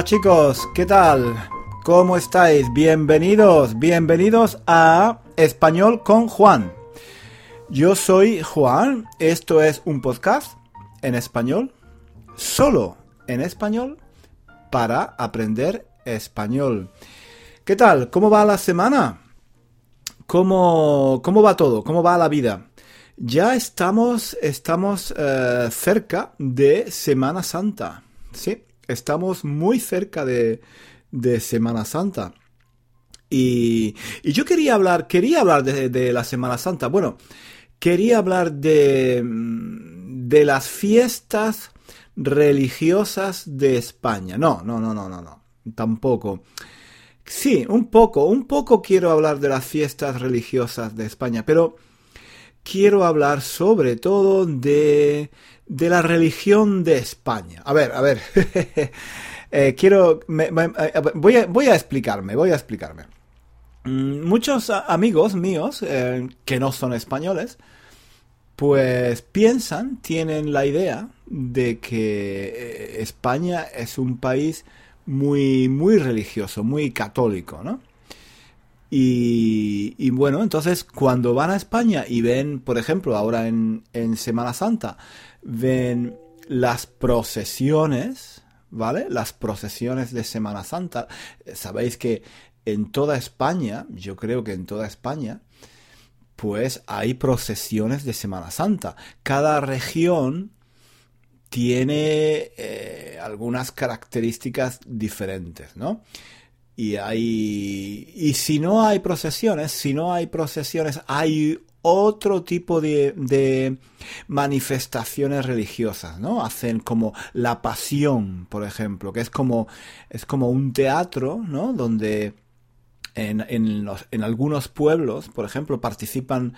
chicos, ¿qué tal? ¿Cómo estáis? Bienvenidos a Español con Juan. Yo soy Juan, esto es un podcast en español, solo en español, para aprender español. ¿Qué tal? ¿Cómo va la semana? ¿Cómo va todo? ¿Cómo va la vida? Ya estamos cerca de Semana Santa, ¿sí? Estamos muy cerca de Semana Santa. Y yo quería hablar de la Semana Santa. Bueno, quería hablar de las fiestas religiosas de España. No. Tampoco. Sí, un poco quiero hablar de las fiestas religiosas de España, pero quiero hablar sobre todo de la religión de España. A ver. Voy a explicarme. Muchos amigos míos que no son españoles, pues tienen la idea de que España es un país muy, muy religioso, muy católico, ¿no? Y bueno, entonces cuando van a España y ven, por ejemplo, ahora en Semana Santa, ven las procesiones, ¿vale? Las procesiones de Semana Santa. Sabéis que en toda España, yo creo que en toda España, pues hay procesiones de Semana Santa. Cada región tiene algunas características diferentes, ¿no? Y si no hay procesiones, hay otro tipo de manifestaciones religiosas, ¿no? Hacen como la Pasión, por ejemplo, que es como un teatro, ¿no? Donde en algunos pueblos, por ejemplo, participan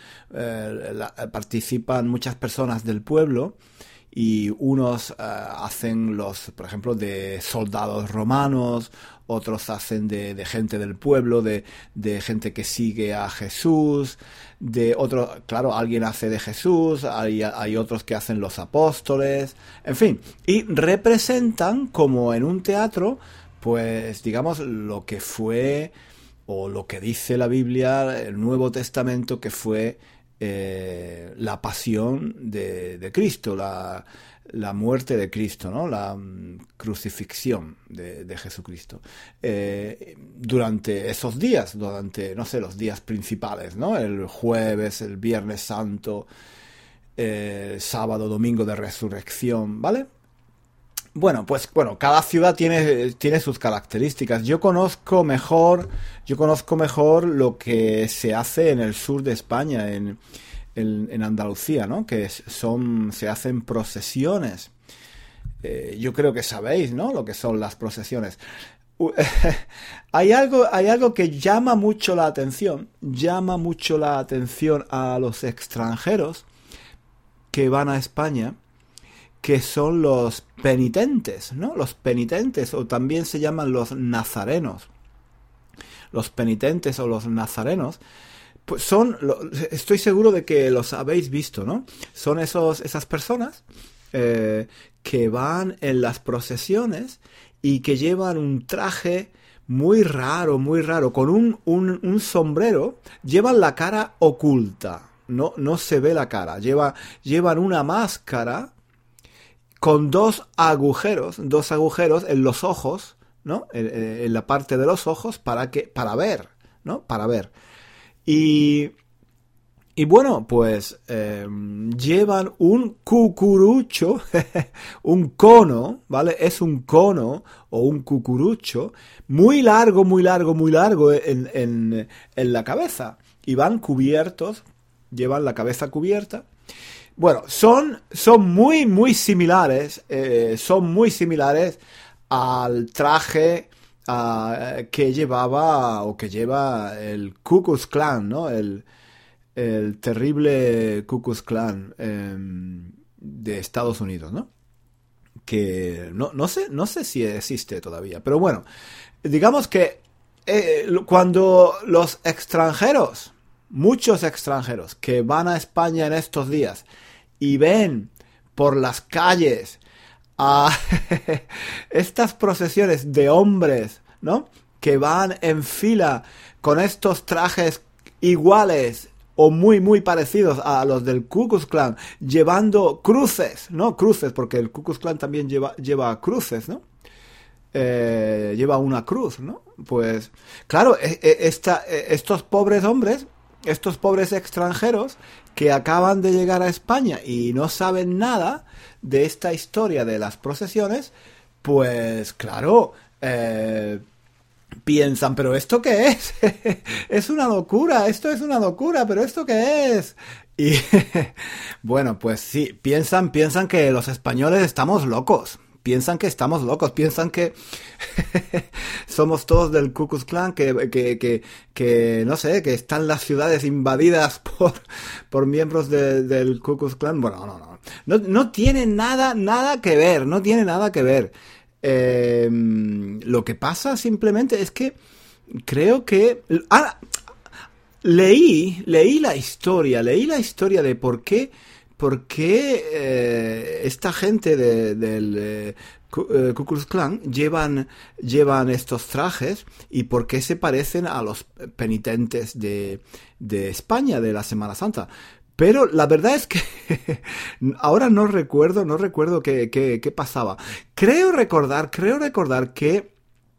muchas personas del pueblo. Y unos hacen por ejemplo, de soldados romanos, otros hacen de gente del pueblo, de gente que sigue a Jesús, claro, alguien hace de Jesús, hay otros que hacen los apóstoles, en fin, y representan como en un teatro, pues digamos, lo que fue, o lo que dice la Biblia, el Nuevo Testamento, que fue la pasión de Cristo, la muerte de Cristo, ¿no? La crucifixión de Jesucristo. Durante esos días, no sé, los días principales, ¿no? El jueves, el Viernes Santo, sábado, domingo de resurrección, ¿vale? Bueno, cada ciudad tiene sus características. Yo conozco mejor lo que se hace en el sur de España, en Andalucía, ¿no? Se hacen procesiones. Yo creo que sabéis, ¿no? Lo que son las procesiones. Hay algo que llama mucho la atención a los extranjeros que van a España, que son los penitentes, ¿no? Los penitentes, o también se llaman los nazarenos. Los penitentes o los nazarenos, pues estoy seguro de que los habéis visto, ¿no? Son esas personas que van en las procesiones y que llevan un traje muy raro, con un sombrero, llevan la cara oculta, no se ve la cara, llevan una máscara con dos agujeros en los ojos, ¿no? En la parte de los ojos para ver, ¿no? Para ver. Y bueno, pues llevan un cucurucho, un cono, ¿vale? Es un cono o un cucurucho muy largo en la cabeza. Y van cubiertos, llevan la cabeza cubierta. Bueno, son muy, muy similares, al traje que llevaba o que lleva el Ku Klux Klan, ¿no? El terrible Ku Klux Klan de Estados Unidos, ¿no? Que no sé si existe todavía, pero bueno, digamos que cuando los extranjeros, muchos extranjeros que van a España en estos días y ven por las calles a estas procesiones de hombres, ¿no? Que van en fila con estos trajes iguales o muy, muy parecidos a los del Ku Klux Klan, llevando cruces, ¿no? Cruces, porque el Ku Klux Klan también lleva cruces, ¿no? Lleva una cruz, ¿no? Pues, claro, estos pobres hombres, estos pobres extranjeros que acaban de llegar a España y no saben nada de esta historia de las procesiones, pues, claro, piensan, ¿pero esto qué es? Es una locura, esto es una locura, ¿pero esto qué es? Y, bueno, pues sí, piensan que los españoles estamos locos. Piensan que estamos locos, piensan que somos todos del Ku Klux Klan, que no sé, que están las ciudades invadidas por miembros del Ku Klux Klan. Bueno, no tiene nada que ver, no tiene nada que ver. Lo que pasa simplemente es que creo que... leí la historia de por qué esta gente del Ku Klux Klan llevan estos trajes y por qué se parecen a los penitentes de España de la Semana Santa. Pero la verdad es que ahora no recuerdo qué pasaba. Creo recordar que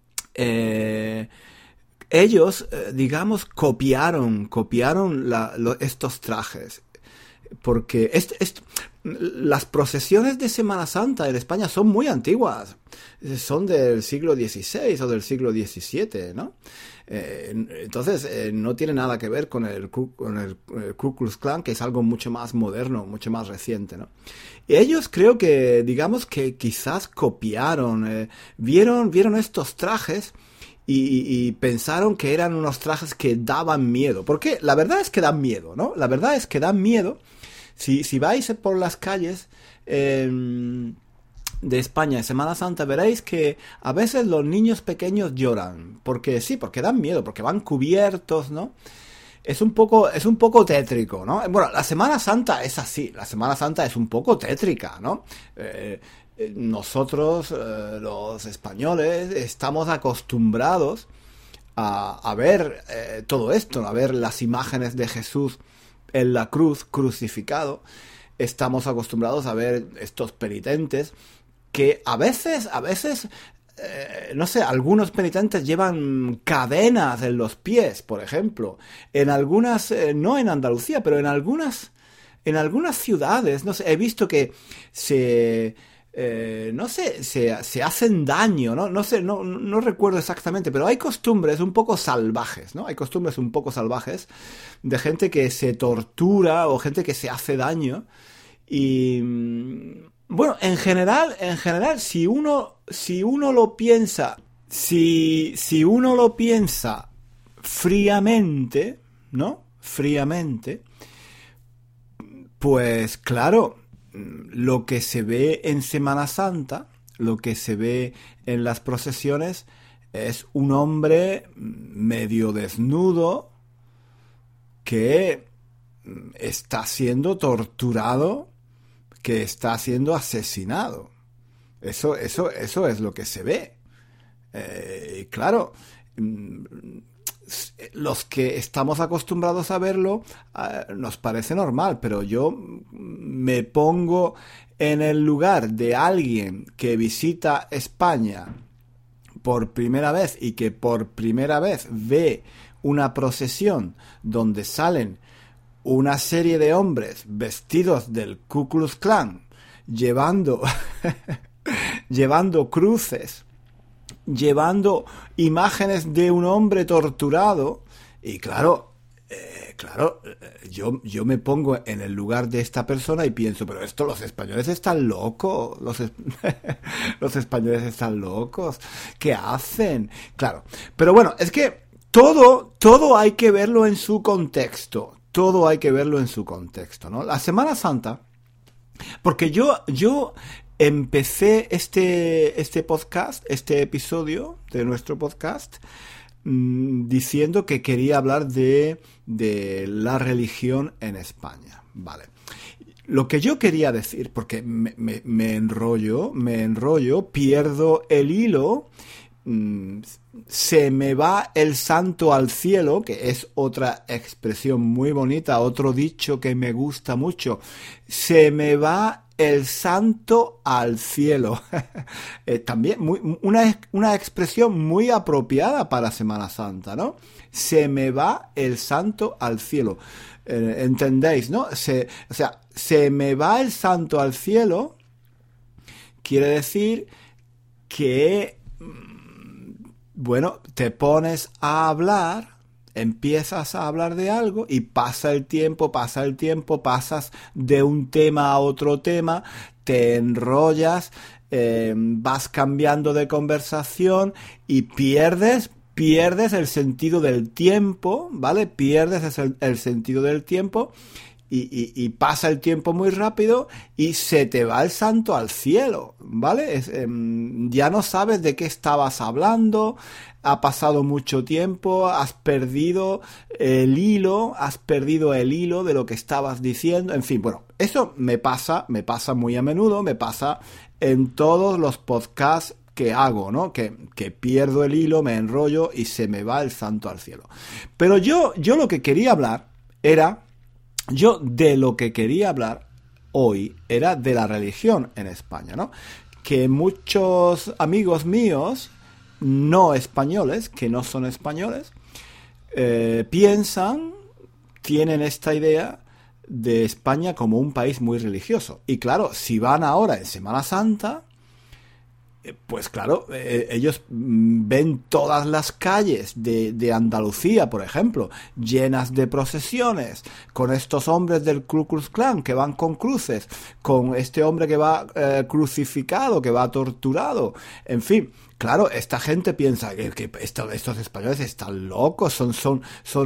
ellos, digamos, copiaron estos trajes. Porque las procesiones de Semana Santa en España son muy antiguas. Son del siglo XVI o del siglo XVII, ¿no? Entonces, no tiene nada que ver con el Ku Klux Klan, que es algo mucho más moderno, mucho más reciente, ¿no? Y ellos creo que, digamos que quizás copiaron, vieron estos trajes y pensaron que eran unos trajes que daban miedo. Porque la verdad es que dan miedo, ¿no? La verdad es que dan miedo. Si vais por las calles de España en Semana Santa, veréis que a veces los niños pequeños lloran. Porque dan miedo, porque van cubiertos, ¿no? Es un poco tétrico, ¿no? Bueno, la Semana Santa es así. La Semana Santa es un poco tétrica, ¿no? Nosotros, los españoles, estamos acostumbrados a ver todo esto, a ver las imágenes de Jesús en la cruz, crucificado. Estamos acostumbrados a ver estos penitentes que a veces, no sé, algunos penitentes llevan cadenas en los pies, por ejemplo. En algunas, no en Andalucía, pero en algunas ciudades, no sé, he visto que se hacen daño, ¿no? No sé, no recuerdo exactamente, pero hay costumbres un poco salvajes, ¿no? Hay costumbres un poco salvajes de gente que se tortura o gente que se hace daño. Y bueno, en general, si uno lo piensa, si uno lo piensa fríamente, ¿no? Fríamente, pues claro, lo que se ve en Semana Santa, lo que se ve en las procesiones, es un hombre medio desnudo que está siendo torturado, que está siendo asesinado. Eso es lo que se ve. Y claro, los que estamos acostumbrados a verlo nos parece normal, pero yo me pongo en el lugar de alguien que visita España por primera vez y que por primera vez ve una procesión donde salen una serie de hombres vestidos del Ku Klux Klan llevando cruces, llevando imágenes de un hombre torturado. Y claro, yo me pongo en el lugar de esta persona y pienso, pero esto, los españoles están locos, los españoles están locos, ¿qué hacen? Claro, pero bueno, es que todo hay que verlo en su contexto, ¿no? La Semana Santa, porque yo empecé este podcast, este episodio de nuestro podcast, diciendo que quería hablar de la religión en España. Vale. Lo que yo quería decir, porque me enrollo, pierdo el hilo, se me va el santo al cielo, que es otra expresión muy bonita, otro dicho que me gusta mucho. Se me va el santo al cielo. También una expresión muy apropiada para Semana Santa, ¿no? Se me va el santo al cielo. ¿Entendéis, no? Se me va el santo al cielo quiere decir que, bueno, te pones a hablar, empiezas a hablar de algo y pasa el tiempo, pasas de un tema a otro tema, te enrollas, vas cambiando de conversación y pierdes el sentido del tiempo, ¿vale? Pierdes el sentido del tiempo y pasa el tiempo muy rápido y se te va el santo al cielo, ¿vale? Ya no sabes de qué estabas hablando, ha pasado mucho tiempo, has perdido el hilo de lo que estabas diciendo, en fin, bueno, eso me pasa muy a menudo, me pasa en todos los podcasts que hago, ¿no? Que pierdo el hilo, me enrollo y se me va el santo al cielo. Pero yo lo que quería hablar de lo que quería hablar hoy era de la religión en España, ¿no? Que muchos amigos míos no españoles, que no son españoles, tienen esta idea de España como un país muy religioso. Y claro, si van ahora en Semana Santa, pues claro, ellos ven todas las calles de Andalucía, por ejemplo, llenas de procesiones, con estos hombres del Ku Klux Klan que van con cruces, con este hombre que va crucificado, que va torturado, en fin. Claro, esta gente piensa que estos españoles están locos, son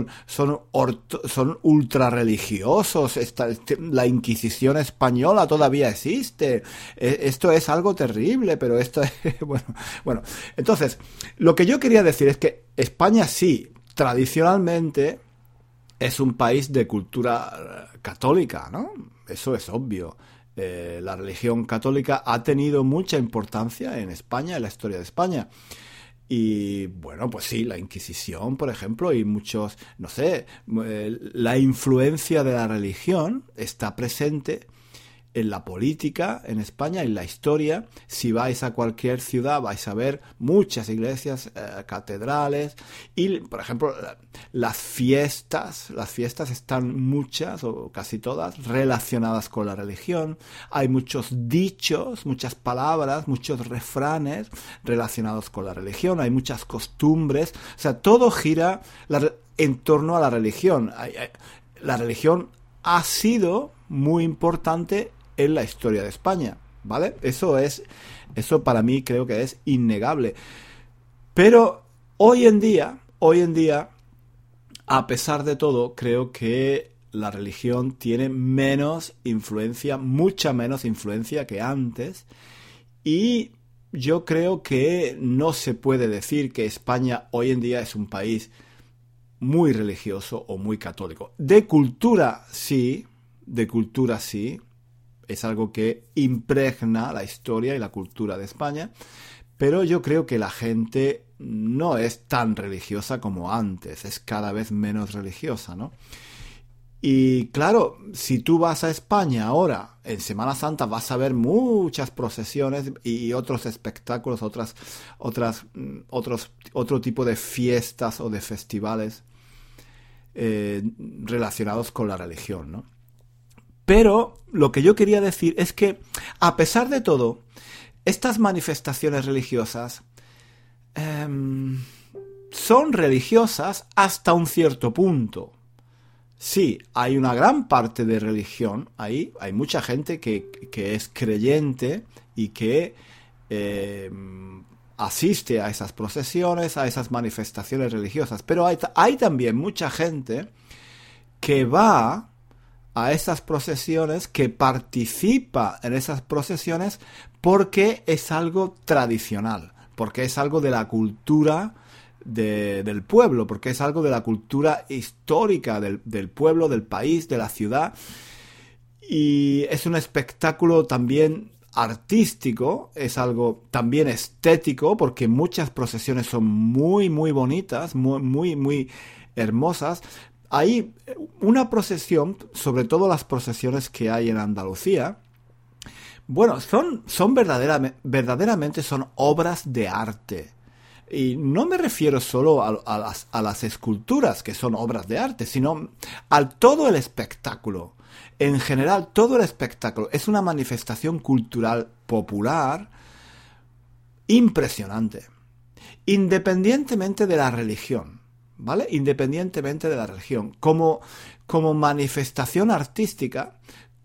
ultra religiosos, la Inquisición española todavía existe, esto es algo terrible, pero esto es, bueno, entonces, lo que yo quería decir es que España sí, tradicionalmente, es un país de cultura católica, ¿no? Eso es obvio. La religión católica ha tenido mucha importancia en España, en la historia de España. Y bueno, pues sí, la Inquisición, por ejemplo, y muchos, no sé, la influencia de la religión está presente en la política en España, en la historia. Si vais a cualquier ciudad vais a ver muchas iglesias, catedrales y, por ejemplo, las fiestas están muchas o casi todas relacionadas con la religión. Hay muchos dichos, muchas palabras, muchos refranes relacionados con la religión. Hay muchas costumbres. O sea, todo gira en torno a la religión. La religión ha sido muy importante en la historia de España, ¿vale? Eso para mí creo que es innegable. Pero hoy en día, a pesar de todo, creo que la religión tiene menos influencia, mucha menos influencia que antes, y yo creo que no se puede decir que España hoy en día es un país muy religioso o muy católico. De cultura sí, es algo que impregna la historia y la cultura de España, pero yo creo que la gente no es tan religiosa como antes, es cada vez menos religiosa, ¿no? Y claro, si tú vas a España ahora, en Semana Santa, vas a ver muchas procesiones y otros espectáculos, otro tipo de fiestas o de festivales relacionados con la religión, ¿no? Pero lo que yo quería decir es que, a pesar de todo, estas manifestaciones religiosas son religiosas hasta un cierto punto. Sí, hay una gran parte de religión ahí, hay mucha gente que es creyente y que asiste a esas procesiones, a esas manifestaciones religiosas, pero hay también mucha gente que va a esas procesiones, que participa en esas procesiones porque es algo tradicional, porque es algo de la cultura del pueblo, porque es algo de la cultura histórica del pueblo, del país, de la ciudad. y es un espectáculo también artístico, es algo también estético, porque muchas procesiones son muy, muy bonitas, muy, muy, muy hermosas. Hay una procesión, sobre todo las procesiones que hay en Andalucía, bueno, son verdaderamente son obras de arte. Y no me refiero solo a las esculturas, que son obras de arte, sino a todo el espectáculo. En general, todo el espectáculo es una manifestación cultural popular impresionante, independientemente de la religión, ¿vale? Independientemente de la religión, como manifestación artística,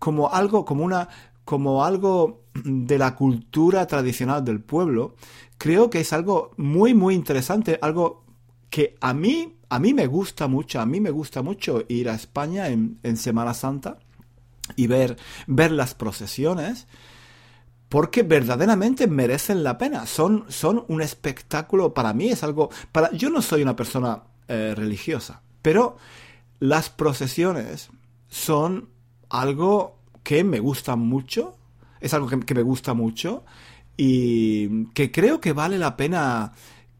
como algo de la cultura tradicional del pueblo. Creo que es algo muy, muy interesante, algo que a mí me gusta mucho. A mí me gusta mucho ir a España en Semana Santa y ver las procesiones, porque verdaderamente merecen la pena. Son un espectáculo. Para mí es algo... Yo no soy una persona religiosa, pero las procesiones son algo que me gusta mucho. Es algo que me gusta mucho y que creo que vale la pena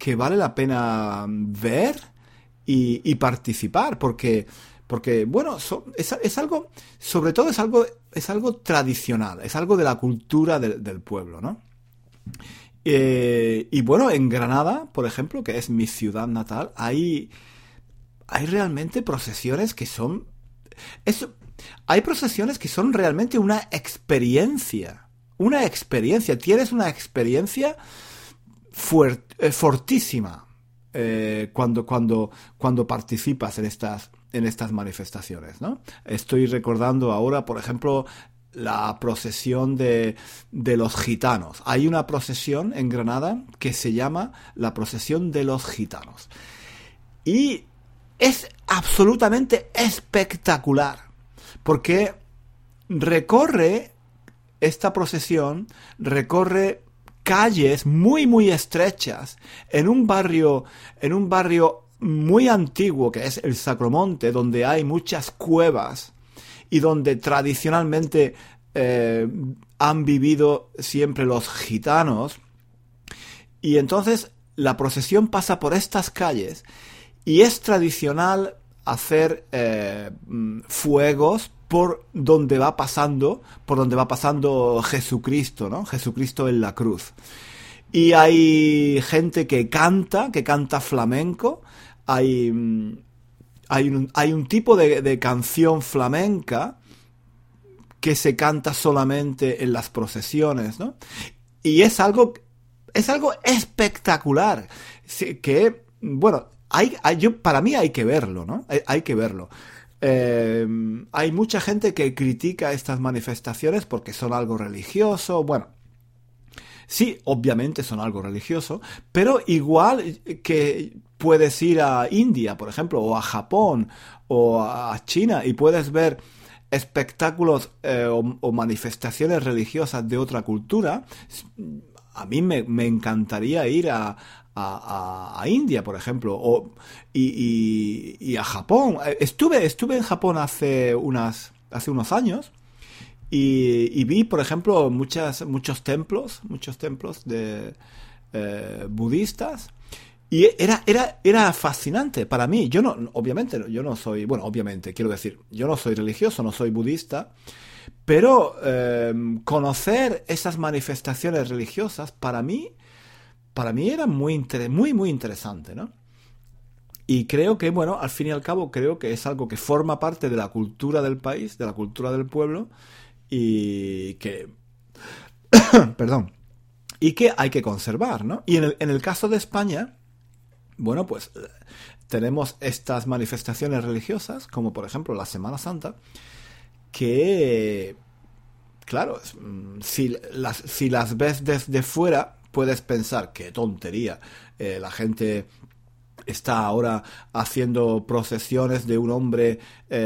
ver y participar, porque bueno, es algo, sobre todo es algo tradicional, es algo de la cultura del pueblo, ¿no? Y bueno, en Granada, por ejemplo, que es mi ciudad natal, hay realmente procesiones que son... hay procesiones que son realmente una experiencia. Una experiencia. Tienes una experiencia fortísima cuando participas en estas manifestaciones, ¿no? Estoy recordando ahora, por ejemplo, la procesión de los gitanos. Hay una procesión en Granada que se llama la procesión de los gitanos. Y es absolutamente espectacular, porque esta procesión recorre calles muy, muy estrechas en un barrio muy antiguo, que es el Sacromonte, donde hay muchas cuevas y donde tradicionalmente han vivido siempre los gitanos. Y entonces la procesión pasa por estas calles y es tradicional hacer fuegos por donde va pasando Jesucristo, ¿no? Jesucristo en la cruz. Y hay gente que canta flamenco. Hay un tipo de canción flamenca que se canta solamente en las procesiones, ¿no? Y es algo espectacular. Que, bueno, para mí hay que verlo, ¿no? Hay que verlo. Hay mucha gente que critica estas manifestaciones porque son algo religioso. Bueno, sí, obviamente son algo religioso, pero igual que puedes ir a India, por ejemplo, o a Japón, o a China, y puedes ver espectáculos o manifestaciones religiosas de otra cultura. A mí me encantaría ir a India, por ejemplo, y a Japón. Estuve en Japón hace unos años y vi, por ejemplo, muchos templos de budistas. Y era fascinante para mí. Yo no soy, bueno, obviamente, quiero decir, yo no soy religioso, no soy budista, pero conocer esas manifestaciones religiosas para mí era muy, muy interesante, ¿no? Y creo que, bueno, al fin y al cabo, creo que es algo que forma parte de la cultura del país, de la cultura del pueblo, y que, perdón, y que hay que conservar, ¿no? Y en el caso de España, bueno, pues tenemos estas manifestaciones religiosas, como por ejemplo la Semana Santa, que, claro, si las ves desde fuera, puedes pensar, qué tontería, la gente está ahora haciendo procesiones de un hombre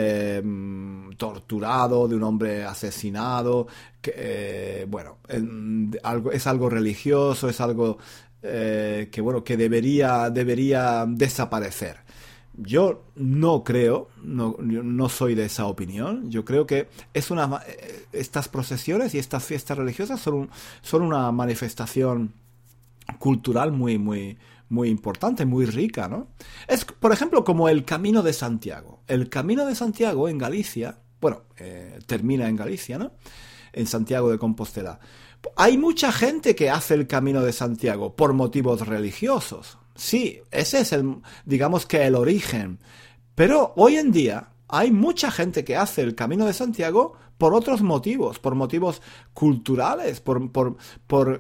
torturado, de un hombre asesinado, que, bueno, es algo religioso, es algo que, bueno, que debería desaparecer. Yo no creo, yo no soy de esa opinión. Yo creo que estas procesiones y estas fiestas religiosas son una manifestación cultural muy importante, muy rica, ¿no? Es, por ejemplo, como el Camino de Santiago. El Camino de Santiago en Galicia, bueno, termina en Galicia, ¿no? En Santiago de Compostela. Hay mucha gente que hace el Camino de Santiago por motivos religiosos. Sí, ese es digamos que el origen. Pero hoy en día hay mucha gente que hace el Camino de Santiago por otros motivos, por motivos culturales, por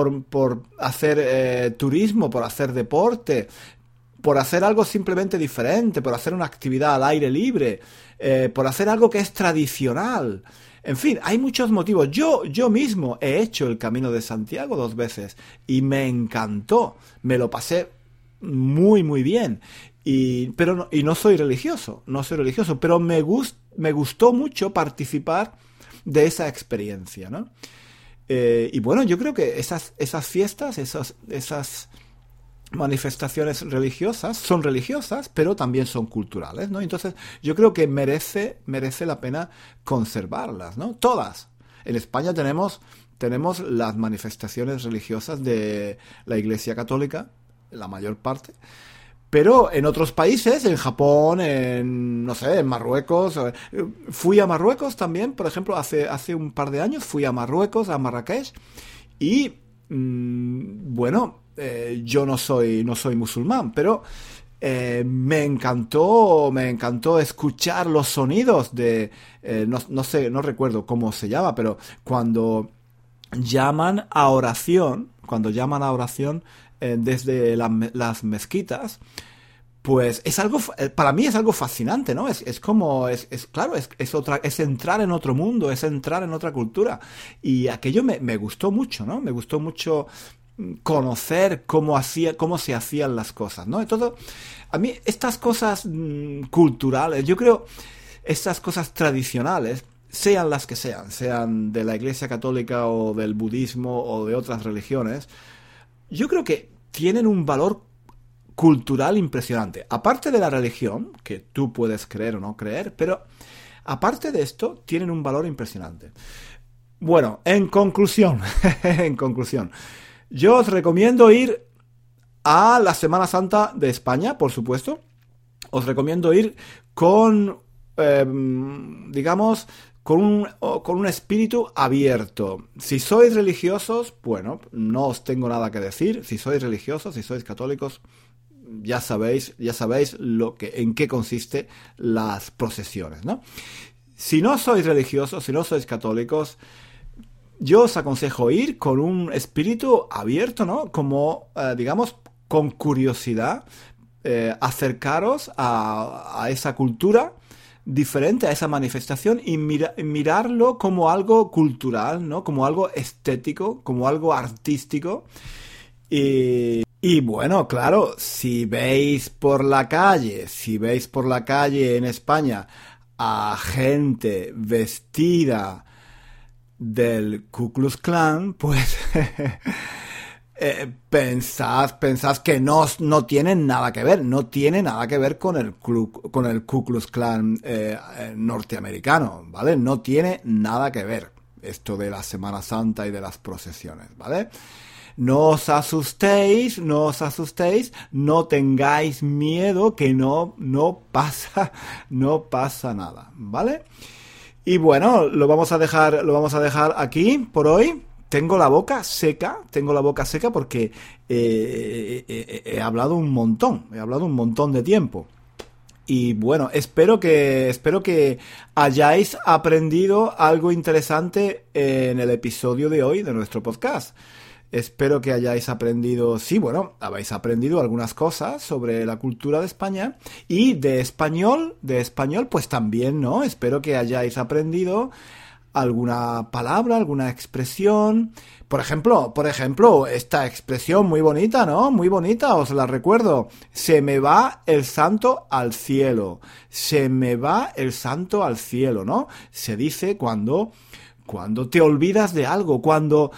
hacer turismo, por hacer deporte, por hacer algo simplemente diferente, por hacer una actividad al aire libre, por hacer algo que es tradicional. En fin, hay muchos motivos. Yo mismo he hecho el Camino de Santiago 2 veces y me encantó. Me lo pasé muy bien. Pero no soy religioso, pero me gustó mucho participar de esa experiencia, ¿no? Y bueno, yo creo que esas fiestas, esas manifestaciones religiosas son religiosas, pero también son culturales, ¿no? Entonces, yo creo que merece la pena conservarlas, ¿no? Todas. En España tenemos las manifestaciones religiosas de la Iglesia Católica, la mayor parte. Pero en otros países, en Japón, no sé, en Marruecos, fui a Marruecos también, por ejemplo, hace un par de años fui a Marruecos, a Marrakech, y bueno, yo no soy musulmán, pero me encantó escuchar los sonidos de, no sé, no recuerdo cómo se llama, pero cuando llaman a oración desde las mezquitas, pues es algo, para mí es algo fascinante, ¿no? Es como, claro, es entrar en otro mundo, es entrar en otra cultura. Y aquello me gustó mucho, ¿no? Me gustó mucho conocer cómo se hacían las cosas, ¿no? Entonces, a mí estas cosas culturales, yo creo, estas cosas tradicionales, sean las que sean de la Iglesia Católica o del budismo o de otras religiones, yo creo que tienen un valor cultural impresionante. Aparte de la religión, que tú puedes creer o no creer, pero aparte de esto, tienen un valor impresionante. Bueno, en conclusión, yo os recomiendo ir a la Semana Santa de España, por supuesto. Os recomiendo ir con, digamos, con un espíritu abierto. Si sois religiosos, bueno, no os tengo nada que decir. Si sois religiosos, si sois católicos, ya sabéis en qué consiste las procesiones, ¿no? Si no sois religiosos, si no sois católicos, yo os aconsejo ir con un espíritu abierto, ¿no? Como, digamos, con curiosidad, acercaros a esa cultura diferente, a esa manifestación, y mirarlo como algo cultural, ¿no? Como algo estético, como algo artístico. Y bueno, claro, si veis por la calle en España a gente vestida del Ku Klux Klan, pues pensad que no tienen nada que ver, no tiene nada que ver con el Ku Klux Klan norteamericano, ¿vale? No tiene nada que ver esto de la Semana Santa y de las procesiones, ¿vale? No os asustéis, no tengáis miedo, que no pasa nada, ¿vale? Y bueno, lo vamos a dejar aquí por hoy. Tengo la boca seca porque he hablado un montón de tiempo. Y bueno, espero que hayáis aprendido algo interesante en el episodio de hoy de nuestro podcast. Espero que hayáis aprendido, habéis aprendido algunas cosas sobre la cultura de España, y de español pues también, ¿no? Espero que hayáis aprendido alguna palabra, alguna expresión. Por ejemplo, esta expresión muy bonita, ¿no? Muy bonita, os la recuerdo. Se me va el santo al cielo. Se me va el santo al cielo, ¿no? Se dice cuando te olvidas de algo, cuando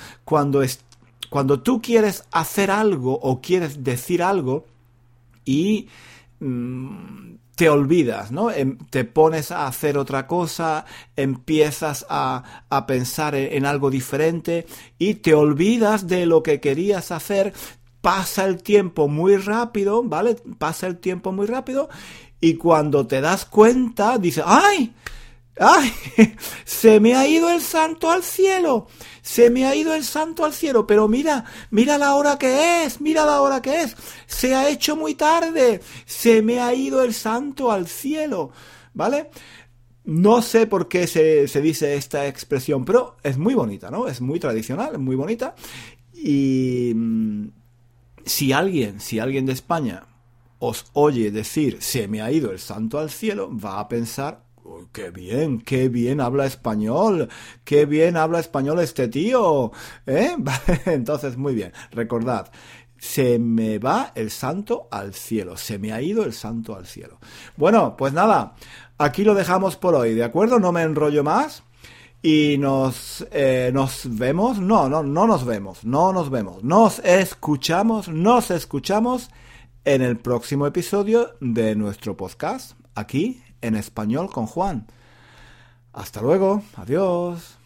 tú quieres hacer algo o quieres decir algo y te olvidas, ¿no? Te pones a hacer otra cosa, empiezas a pensar en algo diferente y te olvidas de lo que querías hacer. Pasa el tiempo muy rápido, ¿vale? Pasa el tiempo muy rápido y cuando te das cuenta dices, ¡ay! ¡Ay! Se me ha ido el santo al cielo. Se me ha ido el santo al cielo. Pero mira la hora que es. Mira la hora que es. Se ha hecho muy tarde. Se me ha ido el santo al cielo. ¿Vale? No sé por qué se dice esta expresión, pero es muy bonita, ¿no? Es muy tradicional, es muy bonita. Y si alguien de España os oye decir se me ha ido el santo al cielo, va a pensar, oh, qué bien habla español, qué bien habla español este tío, ¿eh? Entonces, muy bien, recordad, se me va el santo al cielo, se me ha ido el santo al cielo. Bueno, pues nada, aquí lo dejamos por hoy, ¿de acuerdo? No me enrollo más. Y nos vemos, no nos vemos, nos escuchamos en el próximo episodio de nuestro podcast, aquí en Español con Juan. Hasta luego, adiós.